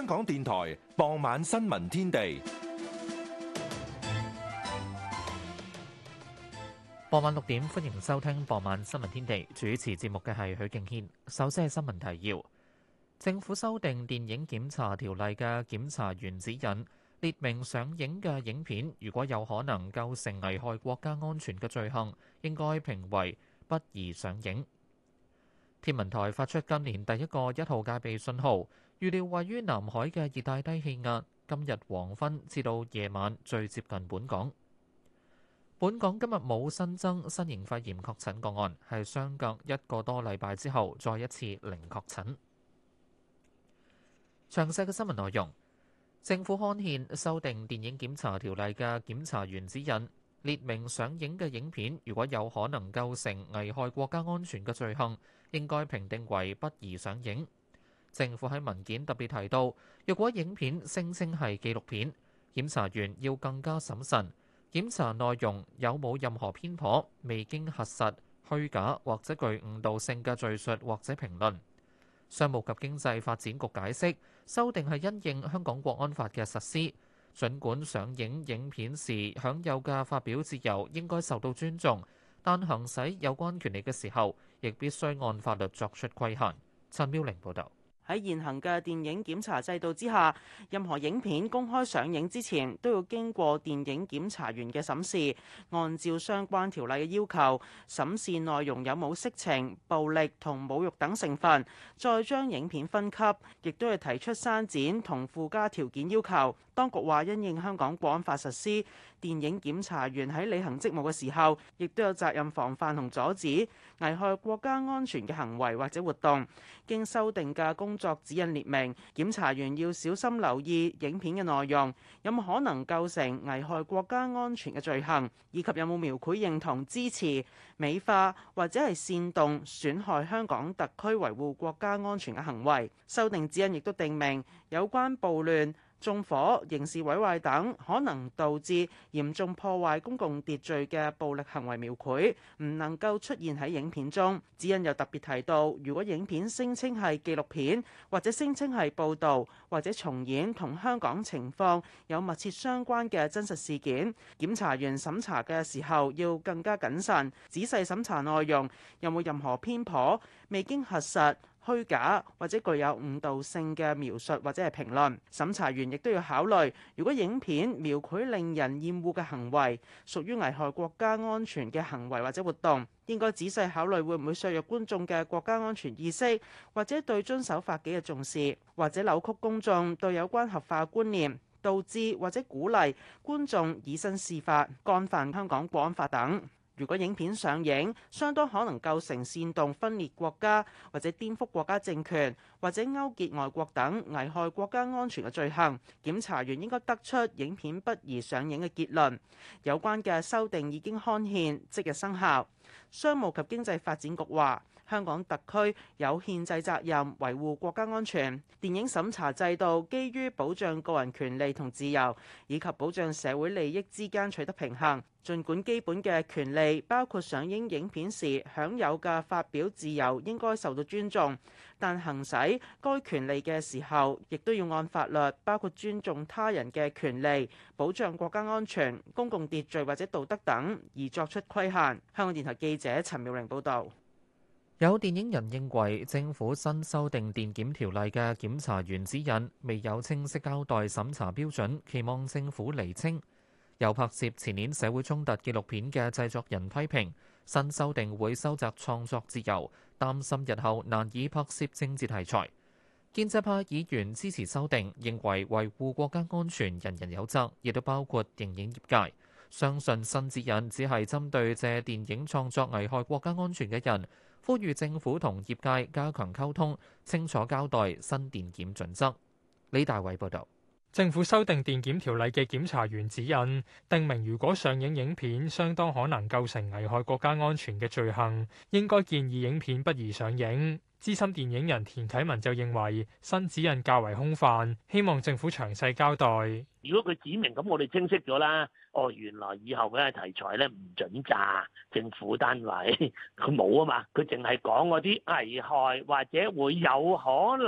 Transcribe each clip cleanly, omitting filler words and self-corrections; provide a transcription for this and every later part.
香港電台傍晚新聞天地。 傍晚6點，歡迎收聽傍晚新聞天地。主持節目嘅係許敬軒。首先係新聞提要：政府修訂電影檢查條例嘅檢查員指引，列明上映嘅影片如果有可能構成危害國家安全嘅罪行，應該評為不宜上映。天文台發出今年第一個1號戒備信號，預料位於南海嘅熱帶低氣壓今日黃昏至到夜晚最接近本港。本港今日冇新增新型肺炎確診個案，係相隔1個多禮拜之後再一次零確診。詳細嘅新聞內容。政府刊憲修訂電影檢查條例嘅檢查員指引，列明上映嘅影片如果有可能構成危害國家安全嘅罪行，應該評定為不宜上映。政府喺文件特別提到，若果影片聲稱係紀錄片，檢查員要更加審慎，檢查內容有冇任何偏頗、未經核實、虛假或者具誤導性嘅敘述或者評論。商務及經濟發展局解釋，修訂係因應香港國安法嘅實施，儘管上映影片時享有嘅發表自由應該受到尊重，但行使有關權利嘅時候，亦必須按法律作出規限。陳妙玲報導。 喺現行嘅電影檢查制度之下，任何影片公開上映之前都要經過電影檢查員嘅審視，按照相關條例嘅要求，審視內容有冇色情、暴力同侮辱等成分，再將影片分級，亦都係提出刪剪同附加條件要求。當局話，因應香港國安法實施，電影檢查員喺履行職務嘅時候，亦都有責任防範同阻止危害國家安全嘅行為或者活動。經修訂嘅工作指引列明，檢查員要小心留意影片嘅內容，有冇可能構成危害國家安全嘅罪行，以及有冇描繪認同、支持、美化或者係煽動損害香港特區維護國家安全嘅行為。修訂指引亦都定明，有關暴亂、縱火、刑事毀壞等可能導致嚴重破壞公共秩序嘅暴力行為描繪，唔能夠出現喺影片中。指引又特別提到，如果影片聲稱係紀錄片，或者聲稱係報導或者重演同香港情況有密切相關嘅真實事件，檢查員審查嘅時候要更加謹慎，仔細審查內容有冇任何偏頗、未經核實、虛假或者具有誤導性嘅描述或者係評論。審查員亦都要考慮，如果影片描繪令人厭惡嘅行為，屬於危害國家安全嘅行為或者活動，應該仔細考慮會唔會削弱觀眾嘅國家安全意識，或者對遵守法紀嘅重視，或者扭曲公眾對有關合法觀念，導致或者鼓勵觀眾以身試法，干犯香港國安法等。如果影片上映，相當可能構成煽動分裂國家或者顛覆國家政權，或者勾結外國等危害國家安全嘅罪行，檢查員應該得出影片不宜上映嘅結論。有關嘅修訂已經刊憲，即日生效。商務及經濟發展局話，香港特區有憲制責任維護國家安全。電影審查制度基於保障個人權利同自由，以及保障社會利益之間取得平衡。儘管基本嘅權利，包括上映影片時享有嘅發表自由應該受到尊重，但行使該權利嘅時候，亦都要按法律，包括尊重他人嘅權利、保障國家安全、公共秩序或者道德等而作出規限。香港電台記者陳妙玲報導。 有電影人認為政府新修訂電檢條例嘅檢查員指引未有清晰交代審查標準，期望政府釐清。有拍攝前年社會衝突紀錄片嘅製作人批評新修訂會收窄創作自由，擔心日後難以拍攝政治題材。建制派議員支持修訂，認為維護國家安全人人有責，亦都包括電影業界。相信新指引只係針對借電影創作危害國家安全嘅人，呼籲政府同業界加強溝通，清楚交代新電檢準則。李大偉報導。 政府修訂電檢條例嘅檢查員指引，定明如果上映影片相當可能構成危害國家安全嘅罪行，應該建議影片不宜上映。資深電影人田啟文就認為新指引較為空泛，希望政府詳細交代。 如果佢指明咁，我哋清晰咗啦。哦，原來以後嘅題材咧唔準炸政府單位，佢冇啊嘛，佢淨係講嗰啲危害或者會有可能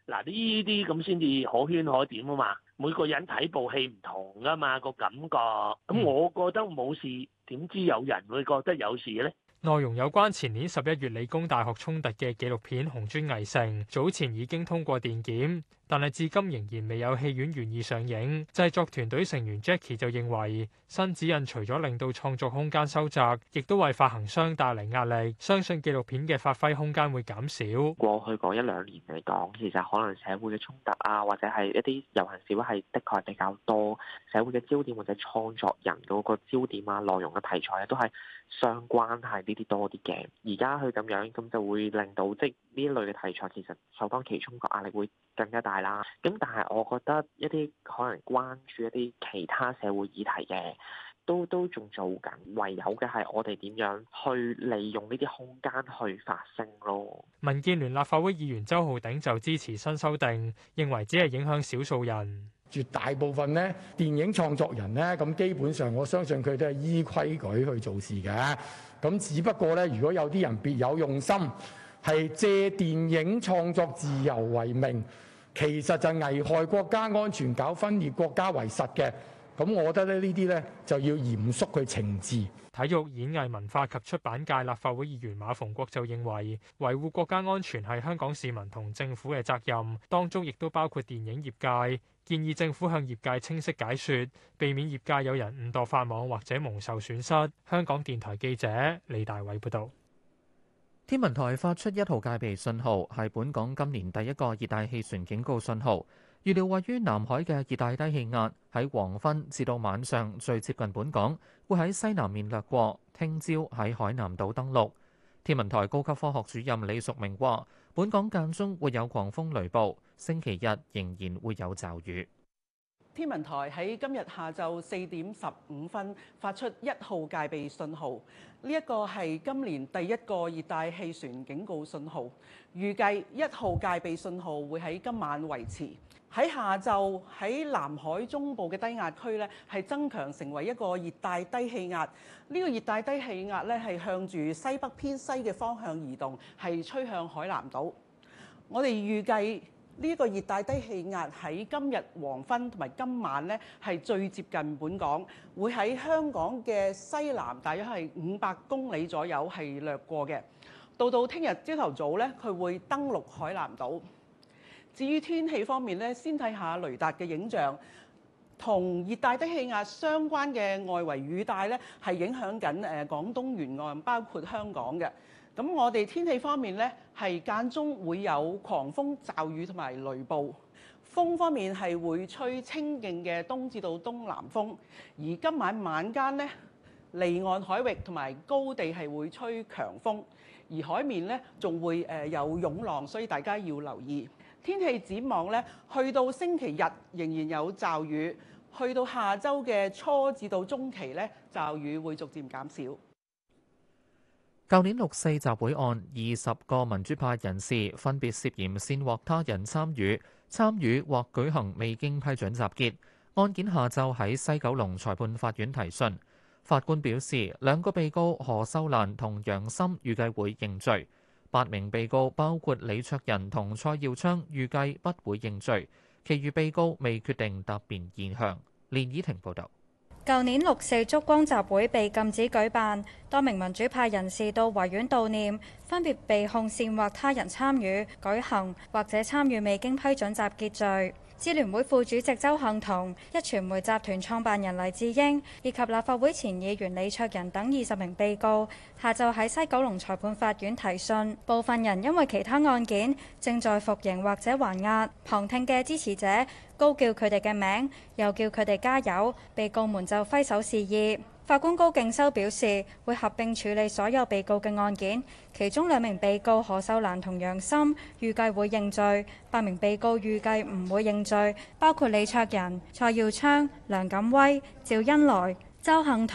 嗱，呢啲咁先至可圈可點啊嘛。每個人睇部戲唔同噶嘛，個感覺。咁我覺得冇事，點知有人會覺得有事呢？ 內容有關前年11月理工大學衝突嘅紀錄片《紅磚危城》，早前已經通過電檢，但係至今仍然未有戲院願意上映。製作團隊成員 Jackie 就認為，新指引除咗令到創作空間收窄，亦都為發行商帶嚟壓力。相信紀錄片嘅發揮空間會減少。 過去嗰1-2年嚟講，其實可能社會嘅衝突啊，或者係一啲遊行示威係的確係比較多，社會嘅焦點或者創作人嗰個焦點啊、內容嘅題材都係相關係呢啲多啲嘅。而家佢咁樣咁就會令到即係呢一類嘅題材其實首當其衝個壓力會更加大啦。咁但係我覺得一啲可能關注一啲其他社會議題嘅都仲做緊，唯有嘅係我哋點樣去利用呢啲空間去發聲咯。 民建聯立法會議員周浩鼎就支持新修訂，認為只係影響少數人。 絕大部分呢電影創作人呢，咁基本上我相信佢都係依規矩去做事嘅。咁只不過呢，如果有啲人別有用心，係借電影創作自由為名，其實就危害國家安全、搞分裂國家為實嘅。咁我覺得呢啲呢，就要嚴肅去懲治。 體育、演藝、文化及出版界立法會議員馬逢國就認為，維護國家安全係香港市民同政府嘅責任，當中亦都包括電影業界。建議政府向業界清晰解說，避免業界有人誤墮法網或者蒙受損失。香港電台記者李大偉報導。 天文台發出1號戒備信號，係本港今年第一個熱帶氣旋警告信號。預料位於南海嘅熱帶低氣壓喺黃昏至到晚上最接近本港，會喺西南面掠過，聽朝喺海南島登陸。天文台高級科學主任李淑明話，本港間中會有狂風雷暴，星期日仍然會有驟雨。 天文台喺今日下晝4點15分發出1號戒備信號，呢一個係今年第一個熱帶氣旋警告信號。預計1號戒備信號會喺今晚維持。喺下晝喺南海中部嘅低壓區呢，係增強成為一個熱帶低氣壓。呢個熱帶低氣壓呢，係向住西北偏西嘅方向移動，係吹向海南島。我哋預計呢個熱帶低氣壓喺今日黃昏同埋今晚呢，係最接近本港，會喺香港嘅西南大約係500公里左右係掠過嘅。到聽日朝頭早呢，佢會登陸海南島。至於天氣方面呢，先睇下雷達嘅影像，同熱帶低氣壓相關嘅外圍雨帶呢，係影響緊廣東沿岸，包括香港嘅。咁我哋天氣方面呢，係間中會有狂風、驟雨同埋雷暴。風方面係會吹清勁嘅東至到東南風，而今晚晚間呢，離岸海域同埋高地係會吹強風，而海面呢仲會有湧浪，所以大家要留意。天氣展望呢，去到星期日仍然有驟雨，去到下週嘅初至到中期呢，驟雨會逐漸減少。 舊年6四集會案，20個民主派人士分別涉嫌煽惑他人參與或舉行未經批准集結。案件下晝喺西九龍裁判法院提訊，法官表示2個被告何秀蘭同楊森預計會認罪。8名被告包括李卓人同蔡耀昌預計不會認罪，其餘被告未決定答辯意向。連倚婷報導。 舊年6四燭光集會被禁止舉辦，多名民主派人士到維園悼念，分別被控煽惑他人參與、舉行或者參與未經批准集結罪。支聯會副主席周幸彤、壹傳媒集團創辦人黎智英以及立法會前議員李卓人等20名被告，下晝喺西九龍裁判法院提訊。部分人因為其他案件正在服刑或者還押，旁聽嘅支持者高叫佢哋嘅名，又叫佢哋加油，被告們就揮手示意。法官高敬修表示，會合併處理所有被告嘅案件，其中2名被告何秀蘭同楊森預計會認罪，8名被告預計唔會認罪，包括李卓人、蔡耀昌、梁錦威、趙恩來、周幸彤、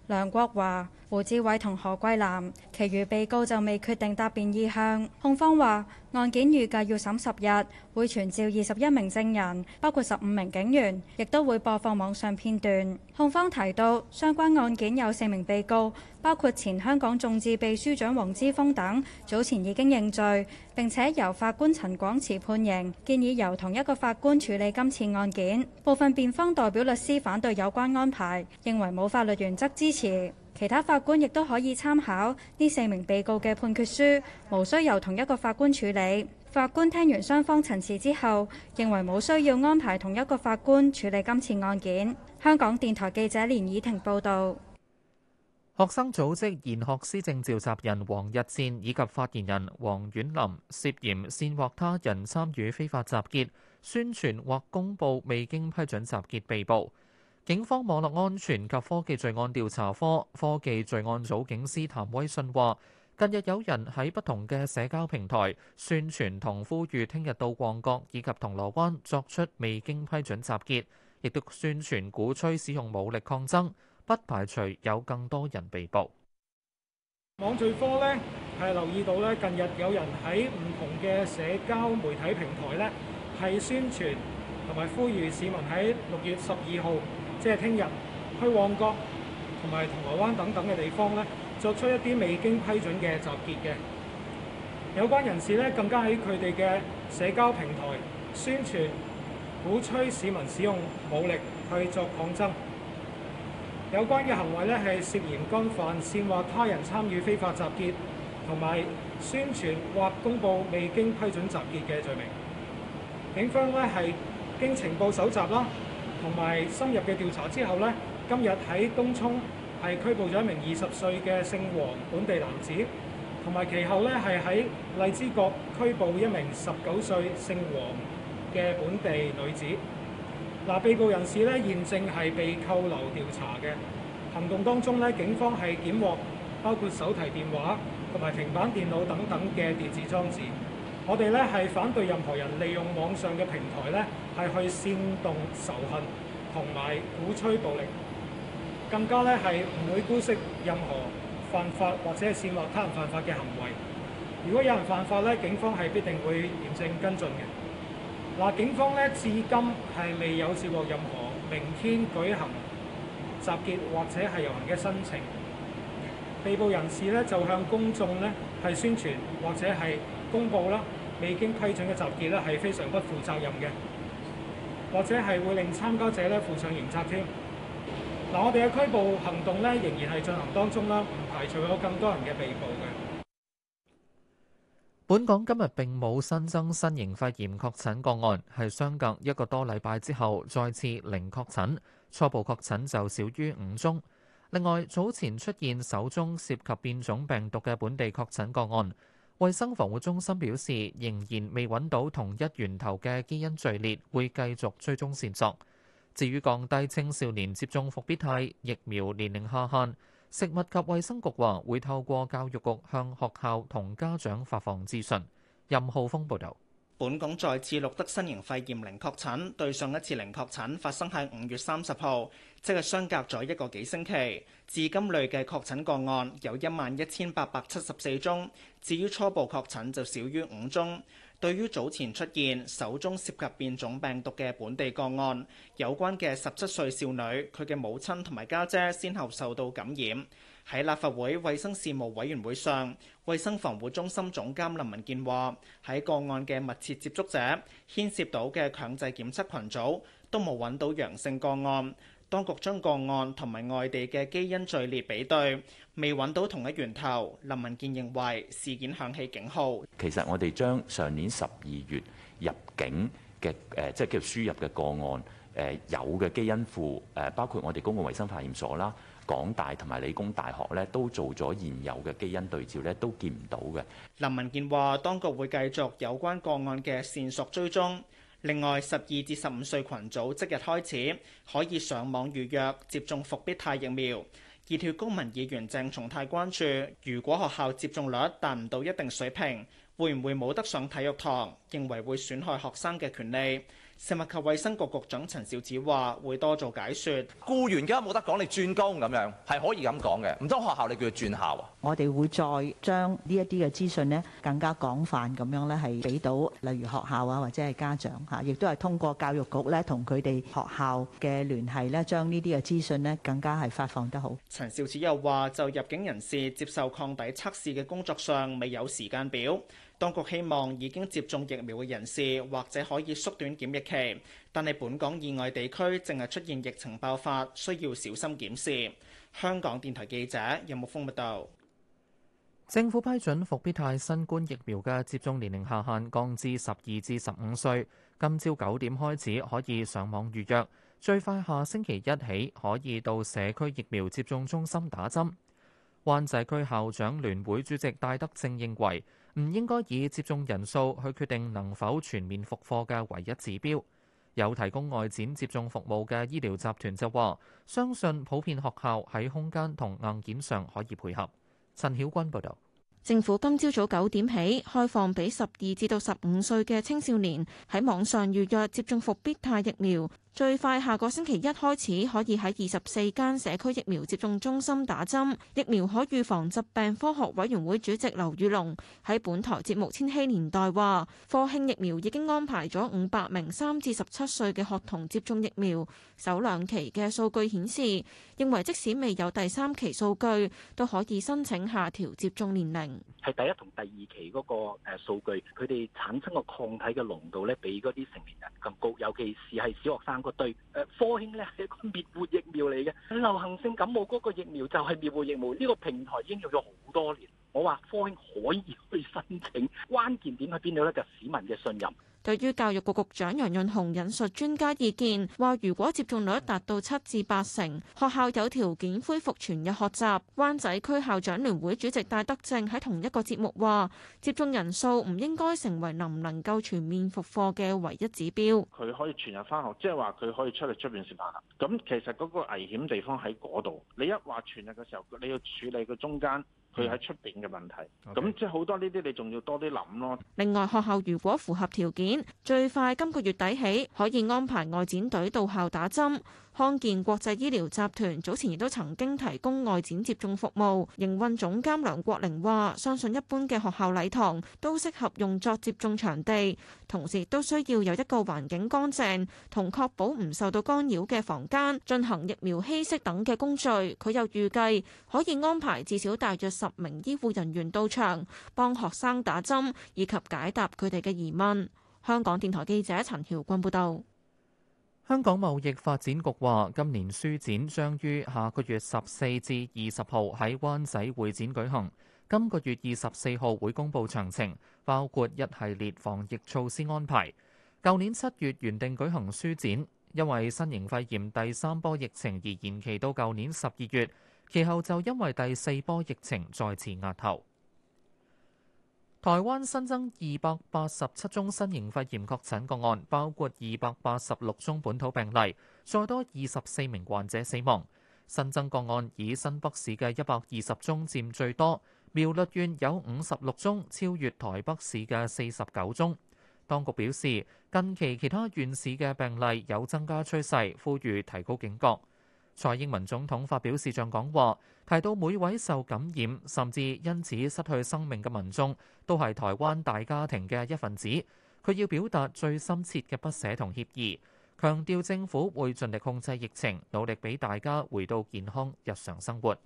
梁國華、胡志偉同何桂藍，其餘被告就未決定答辯意向。控方話案件預計要審10日，會傳召21名證人，包括15名警員，亦都會播放網上片段。控方提到，相關案件有4名被告，包括前香港眾志秘書長黃之鋒等，早前已經認罪，並且由法官陳廣慈判刑，建議由同一個法官處理今次案件。部分辯方代表律師反對有關安排，認為冇法律原則支持。其他法官亦都可以參考呢4名被告嘅判決書，無需由同一個法官處理。法官聽完雙方陳詞之後，認為冇需要安排同一個法官處理今次案件。香港電台記者連以婷報導。 學生組織研學思政召集人黃日戰以及發言人黃婉琳涉嫌煽惑他人參與非法集結、宣傳或公佈未經批准集結被捕。警方網絡安全及科技罪案調查科科技罪案組警司譚威信話，近日有人喺不同嘅社交平台宣傳同呼籲聽日到旺角以及銅鑼灣作出未經批准集結，亦都宣傳鼓吹使用武力抗爭，不排除有更多人被捕。 網罪科呢係留意到咧，近日有人喺唔同嘅社交媒體平台咧係宣傳同埋呼籲市民喺6月12號。即係聽日去旺角同埋銅鑼灣等等嘅地方咧，作出一啲未經批准嘅集結嘅。有關人士咧，更加喺佢哋嘅社交平台宣傳、鼓吹市民使用武力去作抗爭。有關嘅行為咧，係涉嫌干犯煽惑他人參與非法集結同埋宣傳或公佈未經批准集結嘅罪名。警方咧係經情報搜集啦，同埋深入嘅調查之後呢，今日喺東涌係拘捕咗一名20歲嘅姓黃本地男子，同埋其後呢係喺荔枝角拘捕一名19歲姓黃嘅本地女子。被捕人士呢現正係被扣留調查嘅。行動當中呢，警方係檢獲包括手提電話同埋平板電腦等等嘅電子裝置。我哋咧係反對任何人利用網上嘅平台咧係去煽動仇恨同埋鼓吹暴力，更加咧係唔會姑息任何犯法或者係煽惑他人犯法嘅行為。如果有人犯法咧，警方係必定會嚴正跟進嘅。警方咧至今係未有接獲任何明天舉行集結或者係遊行嘅申請。被捕人士咧就向公眾咧係宣傳或者係公佈啦未經批准嘅集結咧係非常不負責任嘅，或者係會令參加者咧負上刑責添。我哋嘅拘捕行動咧仍然係進行當中啦，唔排除有更多人嘅被捕嘅。 本港今日並冇新增新型肺炎確診個案，係相隔1個多禮拜之後再次零確診，初步確診就少於5宗。另外，早前出現首宗涉及變種病毒嘅本地確診個案，衛生防護中心表示仍然未揾到同一源頭嘅基因序列，會繼續追蹤線索。至於降低青少年接種復必泰疫苗年齡下限，食物及衛生局話會透過教育局向學校同家長發放資訊。任浩峰報導。 本港再次錄得新型肺炎零確診，對上一次零確診發生喺5月30號，即係相隔咗1個幾星期。至今累計確診個案有11874宗，至於初步確診就少於5宗。對於早前出現首宗涉及變種病毒嘅本地個案，有關嘅17歲少女，佢嘅母親同埋家姐先後受到感染。喺立法會衛生事務委員會上，衛生防護中心總監林文健話：喺個案嘅密切接觸者牽涉到嘅強制檢測群組都冇揾到陽性個案。當局將個案同埋外地嘅基因序列比對，未揾到同一源頭。林文健認為事件響起警號。 其實我哋將上年12月入境嘅即係叫輸入嘅個案有嘅基因庫包括我哋公共衛生化驗所啦、港大同埋理工大學咧，都做咗現有嘅基因對照咧，都見唔到嘅。 林文健話：當局會繼續有關個案嘅線索追蹤。另外，12至15歲群組即日開始可以上網預約接種復必泰疫苗。二條公民議員鄭松泰關注，如果學校接種率達唔到一定水平，會唔會冇得上體育堂？認為會損害學生嘅權利。 食物及衛生局局長陳肇始話會多做解説。 僱員而家冇得講你轉工咁樣，係可以咁講嘅，唔通學校你叫佢轉校啊？ 我哋會再將呢一啲嘅資訊呢更加廣泛咁樣咧，係俾到例如學校啊或者係家長嚇，亦都係通過教育局咧同佢哋學校嘅聯繫咧，將呢啲嘅資訊呢更加係發放得好。 陳肇始又話，就入境人士接受抗體測試嘅工作上未有時間表。當局希望已經接種疫苗嘅人士或者可以縮短檢疫期，但係本港以外地區正係出現疫情爆發，需要小心檢視。香港電台記者任木峰報道。 政府批准復必泰新冠疫苗嘅接種年齡下限降至12至15歲，今朝9點開始可以上網預約，最快下星期一起可以到社區疫苗接種中心打針。灣仔區校長聯會主席戴德正認為，唔應該以接種人數去決定能否全面復課嘅唯一指標。有提供外展接種服務嘅醫療集團就話，相信普遍學校喺空間同硬件上可以配合。陳曉君報導。 政府今朝早9點起開放俾12至到15歲嘅青少年喺網上預約接種復必泰疫苗。最快下個星期一開始可以喺24間社區疫苗接種中心打針。疫苗可預防疾病科學委員會主席劉宇龍喺本台節目《千禧年代》話，科興疫苗已經安排咗500名3至17歲嘅學童接種疫苗。首2期嘅數據顯示，認為即使未有第3期數據，都可以申請下調接種年齡。 係第一同第2期嗰個數據，佢哋產生個抗體嘅濃度咧，比嗰啲成年人咁高，尤其是係小學生嗰對。科興咧係一個滅活疫苗嚟嘅，流行性感冒嗰個疫苗就係滅活疫苗，呢個平台已經用咗好多年。我話科興可以去申請，關鍵點喺邊度咧？就係市民嘅信任。 對於教育局局長楊潤雄引述專家意見，話如果接種率達到7至8成，學校有條件恢復全日學習。灣仔區校長聯會主席戴德正喺同一個節目話，接種人數唔應該成為能唔能夠全面復課嘅唯一指標。 佢可以全日返學，即係話佢可以出嚟出邊食飯啦。咁其實嗰個危險地方喺嗰度。你一話全日嘅時候，你要處理個中間佢喺出邊嘅問題。咁即係好多呢啲，你仲要多啲諗咯。 另外，學校如果符合條件，最快今個月底起可以安排外展隊到校打針。康健國際醫療集團早前亦都曾經提供外展接種服務。營運總監梁國玲話，相信一般嘅學校禮堂都適合用作接種場地，同時亦都需要有一個環境乾淨同確保唔受到干擾嘅房間進行疫苗稀釋等嘅工序。佢又預計可以安排至少大約10名醫護人員到場幫學生打針，以及解答佢哋嘅疑問。香港電台記者陳曉君報導。 香港貿易發展局話，今年書展將於下個月14至20號喺灣仔會展舉行。今個月24號會公佈詳情，包括一系列防疫措施安排。舊年7月原定舉行書展，因為新型肺炎第3波疫情而延期到舊年12月，其後就因為第4波疫情再次押後。台灣新增287宗新型肺炎確診個案，包括286宗本土病例，再多24名患者死亡。新增個案以新北市嘅120宗佔最多，苗栗縣有56宗，超越台北市嘅49宗。當局表示，近期其他縣市嘅病例有增加趨勢，呼籲提高警覺。蔡英文總統發表視像講話，提到每位受感染甚至因此失去生命嘅民眾都係台灣大家庭嘅一份子，佢要表達最深切嘅不捨同歉意，強調政府會盡力控制疫情，努力俾大家回到健康日常生活。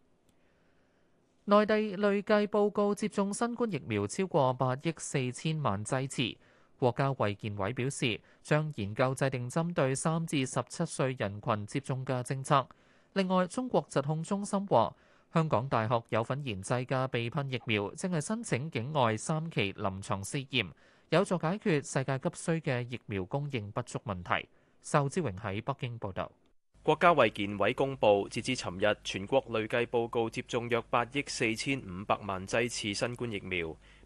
內地累計報告接種新冠疫苗超過8億4千萬劑次。國家衛健委表示，將研究制定針對3至17歲人群接種嘅政策。另外，中國疾控中心話，香港大學有份研製嘅鼻噴疫苗正係申請境外3期臨床試驗，有助解決世界急需嘅疫苗供應不足問題。仇志榮喺北京報導。 國家衛健委公佈，截至尋日，全國累計報告接種約8億4500萬劑次新冠疫苗。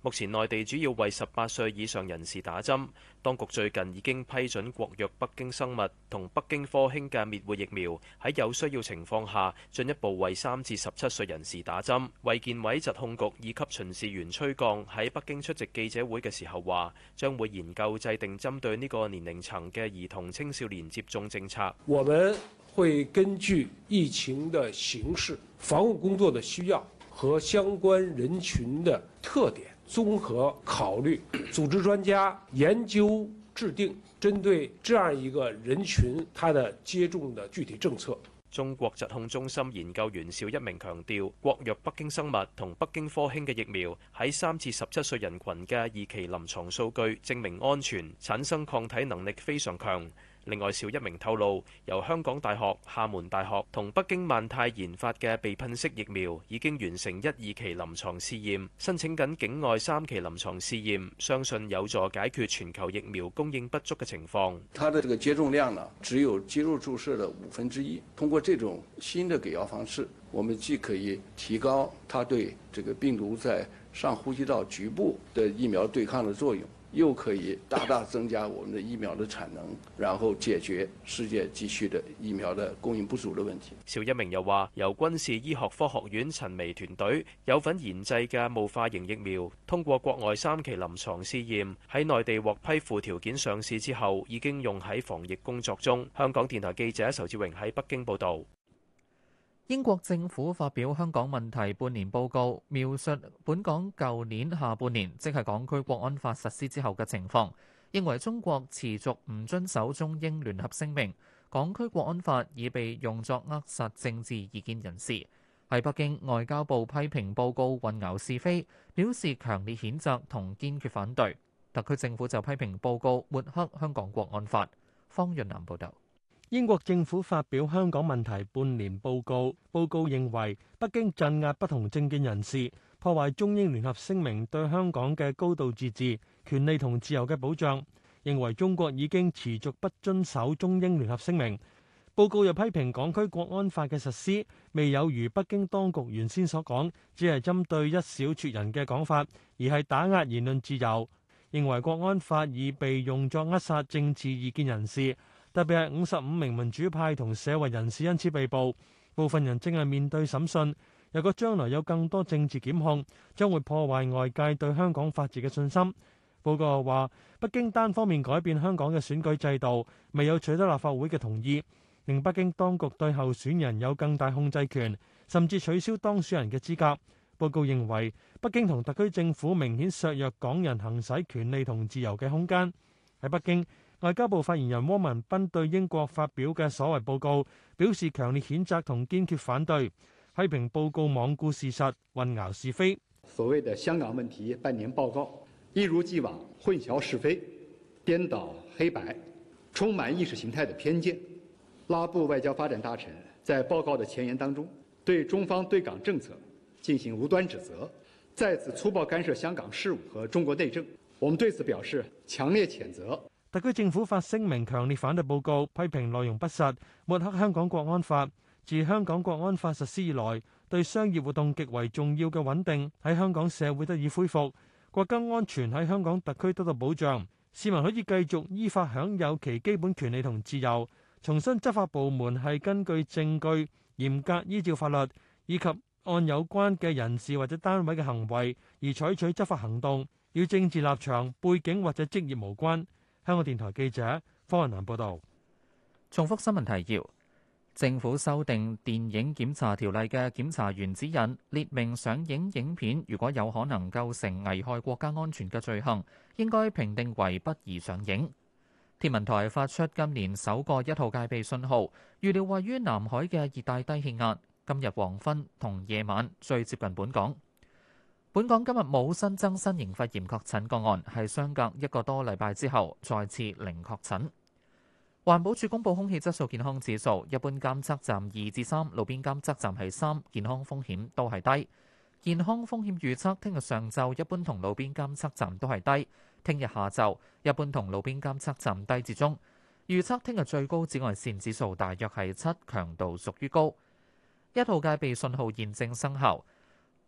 目前內地主要為18歲以上人士打針，當局最近已經批准國藥北京生物同北京科興嘅滅活疫苗喺有需要情況下進一步為3至17歲人士打針。衛健委疾控局二級巡視員崔鋼喺北京出席記者會嘅時候話，將會研究制定針對呢個年齡層嘅兒童青少年接種政策。 我們會根據疫情的形勢、防護工作的需要和相關人群的特點，綜合考慮，組織專家研究制定針對這樣一個人群他的接種的具體政策。 中國疾控中心研究員邵一鳴強調，國藥北京生物同北京科興嘅疫苗喺3至17歲人群嘅2期臨床數據證明安全，產生抗體能力非常強。另外，邵一鳴透露，由香港大學、廈門大學同北京萬泰研發嘅鼻噴式疫苗已經完成1、2期臨床試驗，申請緊境外3期臨床試驗，相信有助解決全球疫苗供應不足嘅情況。 它的這個接種量呢，只有肌肉注射的1/5。通過這種新的給藥方式，我們既可以提高它對這個病毒在上呼吸道局部的疫苗對抗的作用，又可以大大增加我們的疫苗的產能，然後解決世界急需的疫苗的供應不足的問題。 邵一鳴又話，由軍事醫學科學院陳薇團隊有份研製嘅霧化型疫苗，通過國外3期臨床試驗，喺內地獲批附條件上市之後，已經用喺防疫工作中。香港電台記者仇志榮喺北京報導。 英國政府發表香港問題半年報告，描述本港舊年下半年，即係港區國安法實施之後嘅情況，認為中國持續唔遵守中英聯合聲明，港區國安法已被用作扼殺政治異見人士。喺北京，外交部批評報告混淆是非，表示強烈譴責同堅決反對。特區政府就批評報告抹黑香港國安法。方潤南報導。 英國政府發表香港問題半年報告，報告認為北京鎮壓不同政見人士，破壞中英聯合聲明對香港嘅高度自治、權利同自由嘅保障，認為中國已經持續不遵守中英聯合聲明。報告又批評港區國安法嘅實施未有如北京當局原先所講，只係針對一小撮人嘅講法，而係打壓言論自由，認為國安法已被用作扼殺政治異見人士。特別係55名民主派同社運人士因此被捕，部分人正係面對審訊。若果將來有更多政治檢控，將會破壞外界對香港法治嘅信心。報告話，北京單方面改變香港嘅選舉制度，未有取得立法會嘅同意，令北京當局對候選人有更大控制權，甚至取消當選人嘅資格。報告認為，北京同特區政府明顯削弱港人行使權利同自由嘅空間。喺北京，外交部發言人汪文斌對英國發表嘅所謂報告表示強烈譴責同堅決反對，批評報告罔顧事實、混淆是非。 所謂的香港問題半年報告一如既往混淆是非、顛倒黑白，充滿意識形態的偏見。拉布外交發展大臣在報告的前言當中對中方對港政策進行無端指責，再次粗暴干涉香港事務和中國內政，我們對此表示強烈譴責。 特區政府發聲明強烈反對報告，批評內容不實，抹黑香港國安法。自香港國安法實施以來，對商業活動極為重要嘅穩定喺香港社會得以恢復，國家安全喺香港特區得到保障，市民可以繼續依法享有其基本權利同自由。重申執法部門係根據證據，嚴格依照法律，以及按有關嘅人士或者單位嘅行為而採取執法行動，與政治立場、背景或者職業無關。香港電台記者方雲南報道。 重複新聞提要：政府修訂電影檢查條例嘅檢查員指引，列明上映影片如果有可能構成危害國家安全嘅罪行，應該評定為不宜上映。天文台發出今年首個1號戒備信號，預料位於南海嘅熱帶低氣壓今日黃昏同夜晚最接近本港。本港今日冇新增新型肺炎確診個案，係相隔1個多禮拜之後再次零確診。環保署公布空氣質素健康指數，一般監測站2至3，路邊監測站係3，健康風險都係低。健康風險預測聽日上晝一般同路邊監測站都係低，聽日下晝一般同路邊監測站低至中。預測聽日最高紫外線指數大約係7，強度屬於高。1號戒備信號現正生效。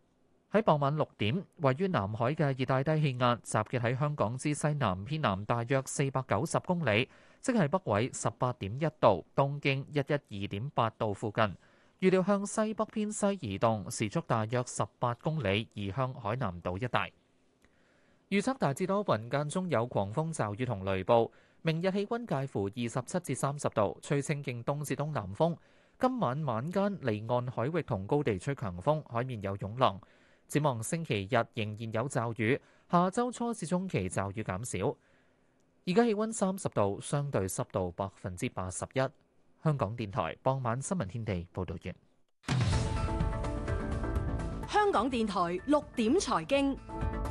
喺傍晚6點，位於南海嘅熱帶低氣壓集結喺香港之西南偏南大約490公里，即係北緯18.1度、東經112.8度附近。預料向西北偏西移動，時速大約18公里，移向海南島一帶。預測大致多雲，間中有狂風驟雨同雷暴。明日氣溫介乎27至30度，吹清勁東至東南風。今晚晚間離岸海域同高地吹強風，海面有湧浪。展望星期日仍然有驟雨，下週初至中期驟雨減少。而家氣溫30度，相對濕度81%。香港電台傍晚新聞天地報道完。 香港電台6點財經，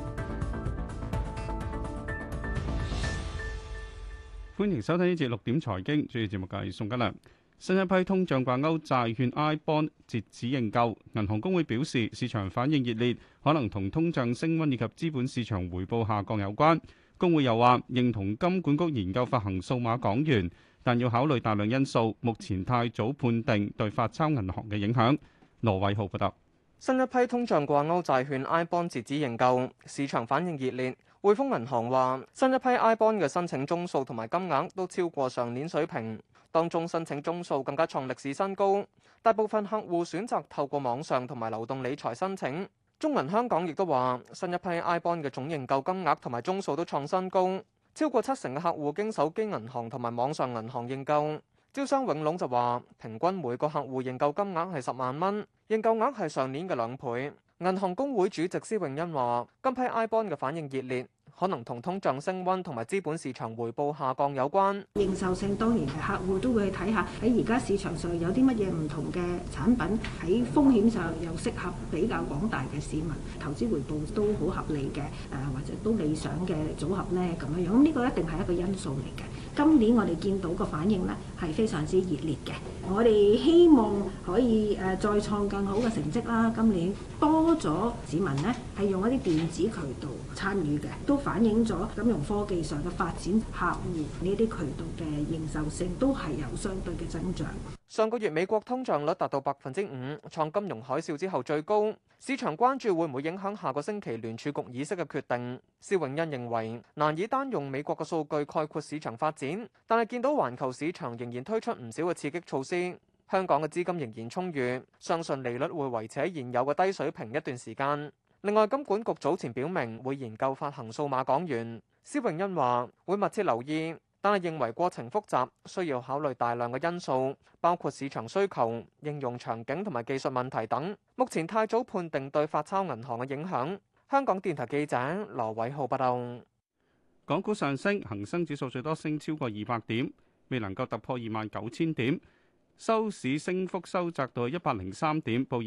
歡迎收聽呢節6點財經，主持節目嘅係宋吉良。新一批通脹掛鈎債券 iBond 截止認購，銀行公會表示市場反應熱烈，可能同通脹升溫以及資本市場回報下降有關。公會又話認同金管局研究發行數碼港元，但要考慮大量因素，目前太早判定對發鈔銀行嘅影響。羅偉浩報道。 新一批通脹掛鈎債券 iBond 截止認購，市場反應熱烈。匯豐銀行話，新一批 iBond 嘅申請宗數同埋金額都超過上年水平，當中申請宗數更加創歷史新高。大部分客戶選擇透過網上同埋流動理財申請。中銀香港亦都話，新一批 iBond 嘅總認購金額同埋宗數都創新高，超過70%嘅客戶經手機銀行同埋網上銀行認購。招商永隆就話，平均每個客戶認購金額係10萬蚊，認購額係上年嘅2倍。銀行公會主席施永恩話，今批 iBond 嘅反應熱烈，可能同通脹升溫同埋資本市場回報下降有關。 認受性當然係客戶都會去睇下喺而家市場上有啲乜嘢唔同嘅產品喺風險上又適合比較廣大嘅市民，投資回報都好合理嘅，或者都理想嘅組合咧咁樣樣。咁呢個一定係一個因素嚟嘅。今年我哋見到個反應咧係非常之熱烈嘅，我哋希望可以再創更好嘅成績啦。今年多咗市民咧係用一啲電子渠道參與嘅，都反映咗金融科技上嘅發展，客戶呢啲渠道嘅認受性都係有相對嘅增長。 上個月美國通脹率達到5%，創金融海嘯之後最高。市場關注會唔會影響下個星期聯儲局議息嘅決定。施永恩認為難以單用美國嘅數據概括市場發展，但係見到環球市場仍然推出唔少嘅刺激措施，香港嘅資金仍然充裕，相信利率會維持喺現有嘅低水平一段時間。另外，金管局早前表明會研究發行數碼港元。施永恩話會密切留意，但係認為過程複雜，需要考慮大量嘅因素，包括市場需求、應用場景同埋技術問題等。目前太早判定對發鈔銀行嘅影響。香港電台記者羅偉浩報道。 港股上升，恒生指數最多升超過200點，未能夠突破29,000點，收市升幅收窄到103點，報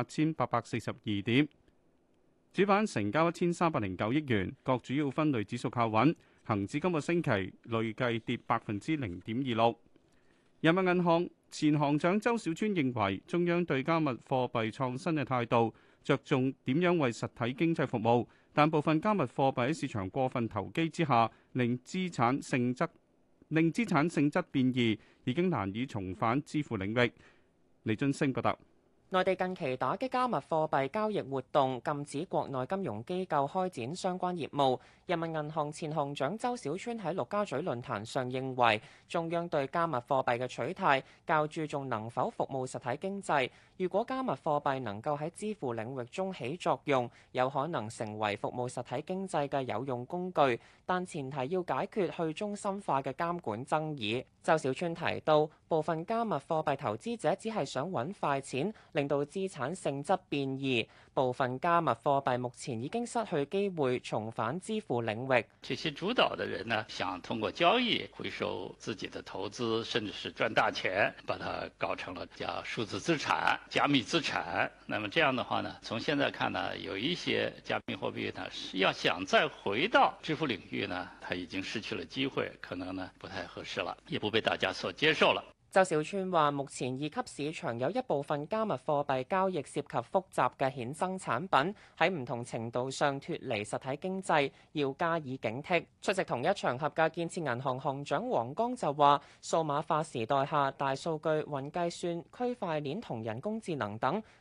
28,842點。主板成交1309億元，各主要分類指數靠穩。恒指今個星期累計跌0.26%。人民銀行前行長周小川認為，中央對加密貨幣創新嘅態度，着重點樣為實體經濟服務，但部分加密貨幣喺市場過分投機之下，令資產性質變異，已經難以重返支付領域。李津升報道。 內地近期打擊加密貨幣交易活動，禁止國內金融機構開展相關業務。人民銀行前行長周小川喺陸家嘴論壇上認為，中央對加密貨幣嘅取態較注重能否服務實體經濟。如果加密貨幣能夠喺支付領域中起作用，有可能成為服務實體經濟嘅有用工具，但前提要解決去中心化嘅監管爭議。周小川提到，部分加密貨幣投資者只係想揾快錢，令到資產性質變異。部分加密貨幣目前已經失去機會重返支付領域。 這些主導的人呢，想通過交易回收自己的投資，甚至是賺大錢，把它搞成了叫數字資產、加密資產。那麼這樣的話呢，從現在看呢，有一些加密貨幣呢，要想再回到支付領域呢，它已經失去了機會，可能呢不太合適了，也不被大家所接受了。 周小川話：目前二級市場有一部分加密貨幣交易涉及複雜嘅衍生產品，喺唔同程度上脫離實體經濟，要加以警惕。出席同一場合嘅建設銀行行長黃剛就話：數碼化時代下，大數據、雲計算、區塊鏈同人工智能等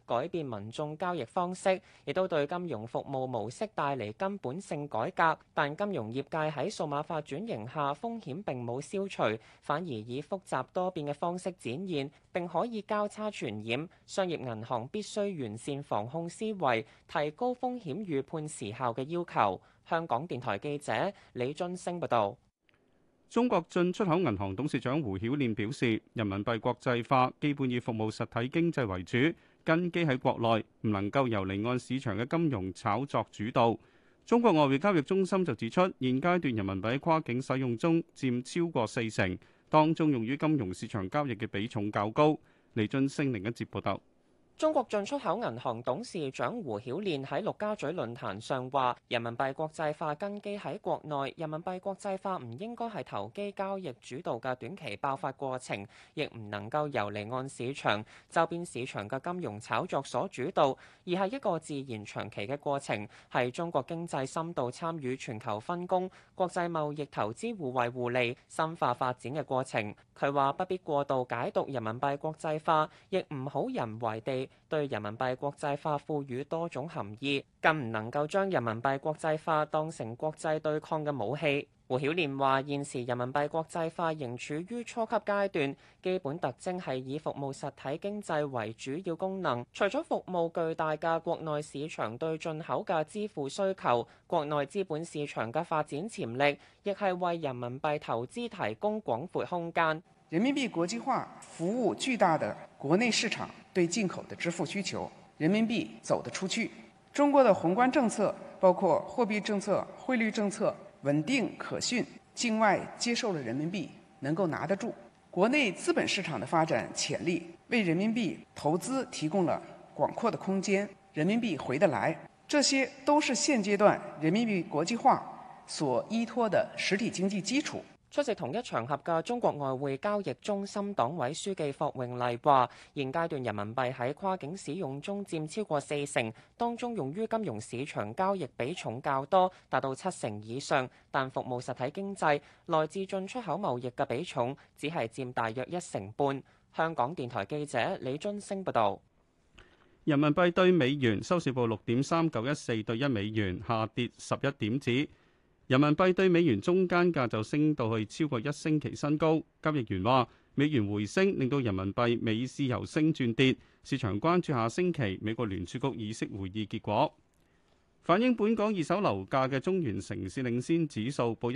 改變民眾交易方式，亦都對金融服務模式帶嚟根本性改革。但金融業界喺數碼化轉型下，風險並冇消除，反而以複雜多變嘅方式展現，並可以交叉傳染。商業銀行必須完善防控思維，提高風險預判時效嘅要求。香港電台記者李津升報道。 中國進出口銀行董事長胡曉煉表示，人民幣國際化基本以服務實體經濟為主，根基喺國內，唔能夠由離岸市場嘅金融炒作主導。中國外匯交易中心就指出，現階段人民幣跨境使用中佔超過40%，當中用於金融市場交易嘅比重較高。李津升另一節報道。 中國進出口銀行董事長胡曉煉喺陸家嘴論壇上話：人民幣國際化根基喺國內，人民幣國際化唔應該係投機交易主導嘅短期爆發過程，亦唔能夠由離岸市場、周邊市場嘅金融炒作所主導，而係一個自然長期嘅過程，係中國經濟深度參與全球分工、國際貿易投資互惠互利、深化發展嘅過程。佢話不必過度解讀人民幣國際化，亦唔好人為地對人民幣國際化賦予多種含義，更唔能夠將人民幣國際化當成國際對抗嘅武器。胡曉煉話：現時人民幣國際化仍處於初級階段，基本特徵係以服務實體經濟為主要功能。除咗服務巨大嘅國內市場對進口嘅支付需求，國內資本市場嘅發展潛力，亦係為人民幣投資提供廣闊空間。 人民幣國際化服務巨大的國內市場對進口的支付需求，人民幣走得出去。中國的宏觀政策包括貨幣政策、匯率政策穩定可信，境外接受了人民幣能夠拿得住。國內資本市場的發展潛力為人民幣投資提供了廣闊的空間，人民幣回得來，這些都是現階段人民幣國際化所依託的實體經濟基礎。 出席同一場合嘅中國外匯交易中心黨委書記霍榮麗話：現階段人民幣喺跨境使用中佔超過40%，當中用於金融市場交易比重較多，達到70%以上。但服務實體經濟來自進出口貿易嘅比重只係佔大約1.5%。香港電台記者李津升報導。 人民幣對美元收市報6.3914對1美元，下跌11點子。人民幣對美元中間價就升到去超過1星期新高。交易員話：美元回升令到人民幣美市由升轉跌，市場關注下星期美國聯儲局議息會議結果。反映本港二手樓價嘅中原城市領先指數報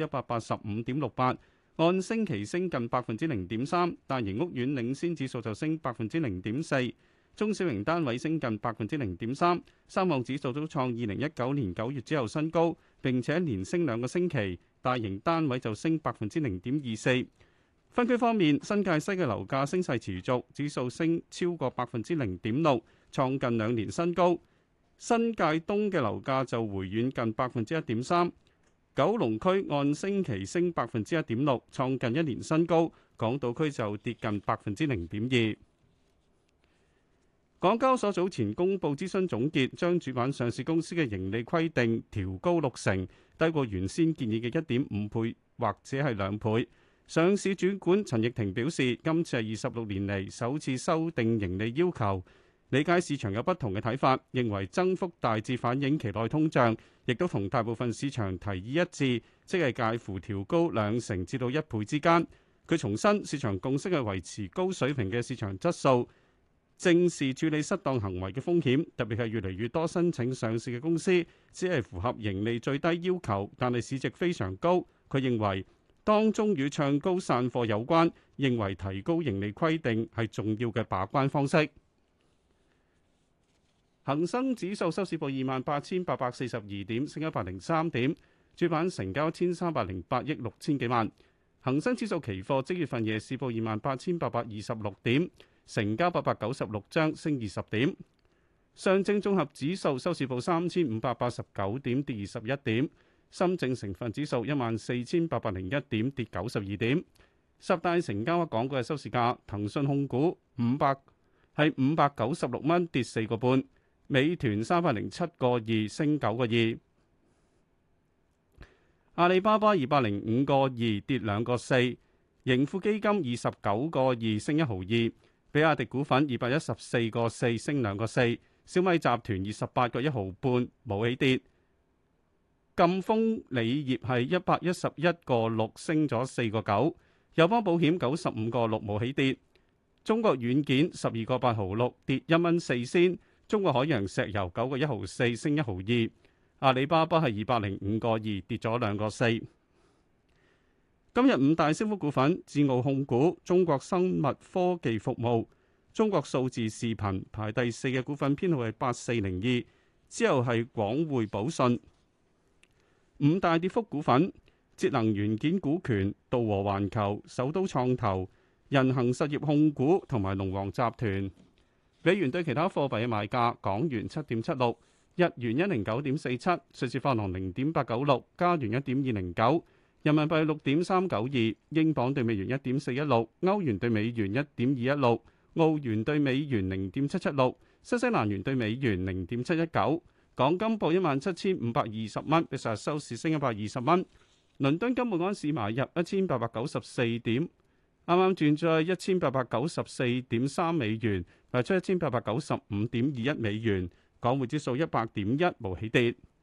185.68，按星期升近0.3%，大型屋苑領先指數就升0.4%。中小型單位升近0.3%，三項指數都創2019年9月之後新高，並且連升2個星期。大型單位就升0.24%。分區方面，新界西嘅樓價升勢持續，指數升超過0.6%，創近2年新高。新界東嘅樓價就回軟近1.3%。九龍區按星期升1.6%，創近1年新高。港島區就跌近0.2%。港交所早前公布諮詢總結，將主板上市公司嘅盈利規定調高60%，低過原先建議嘅1.5倍或者係2倍。上市主管陳奕婷表示，今次係26年嚟首次修訂盈利要求，理解市場有不同嘅睇法，認為增幅大致反映期內通脹，亦都同大部分市場提議一致，即係介乎調高2成至到1倍之間。佢重申市場共識係維持高水平嘅市場質素，正視處理失當行為嘅風險，特別係越嚟越多申請上市嘅公司只係符合盈利最低要求，但係市值非常高。佢認為當中與唱高散貨有關，認為提高盈利規定係重要嘅把關方式。恒生指數收市報28,842點，升103點，主板成交1308億6千幾萬。恒生指數期貨即月份夜市報28,826點。成交896張，升20點。上證綜合指數收市報3589點，跌21點。深證成分指數14,801點，跌92點。十大成交額港股嘅收市價：騰訊控股596蚊，跌4個半；美團307個2，升9個2；阿里巴巴205個2，跌2個4；盈富基金29個2，升1毫2。 比亞迪股份214個4升2個4，小米集團28個1毫半冇起跌。贛鋒鋰業係111個6升咗4個9，友邦保險95個6冇起跌。中國軟件12個8毫6跌1蚊4仙。中國海洋石油9個1毫4升1毫2。阿里巴巴係205個2跌咗2個4。今日五大升幅股份：智奧控股、中國生物科技服務、中國數字視頻。排第4嘅股份編號係8402，之後係廣匯寶信。五大跌幅股份：節能元件股權、道和環球、首都創投、人行實業控股同埋龍王集團。美元對其他貨幣嘅賣價：港元7.76，日元109.47，瑞士法郎0.896，加元1.209，人民幣6.392，英鎊對美元1.416，歐元對美元1.216，澳元對美元0.776，新西蘭元對美元0.719。港金報17,520蚊，比上日收市升120蚊。倫敦金每盎司買入1894點，啱啱轉咗1894.3美元，賣出1895.21美元。港匯指數100.1，無起跌。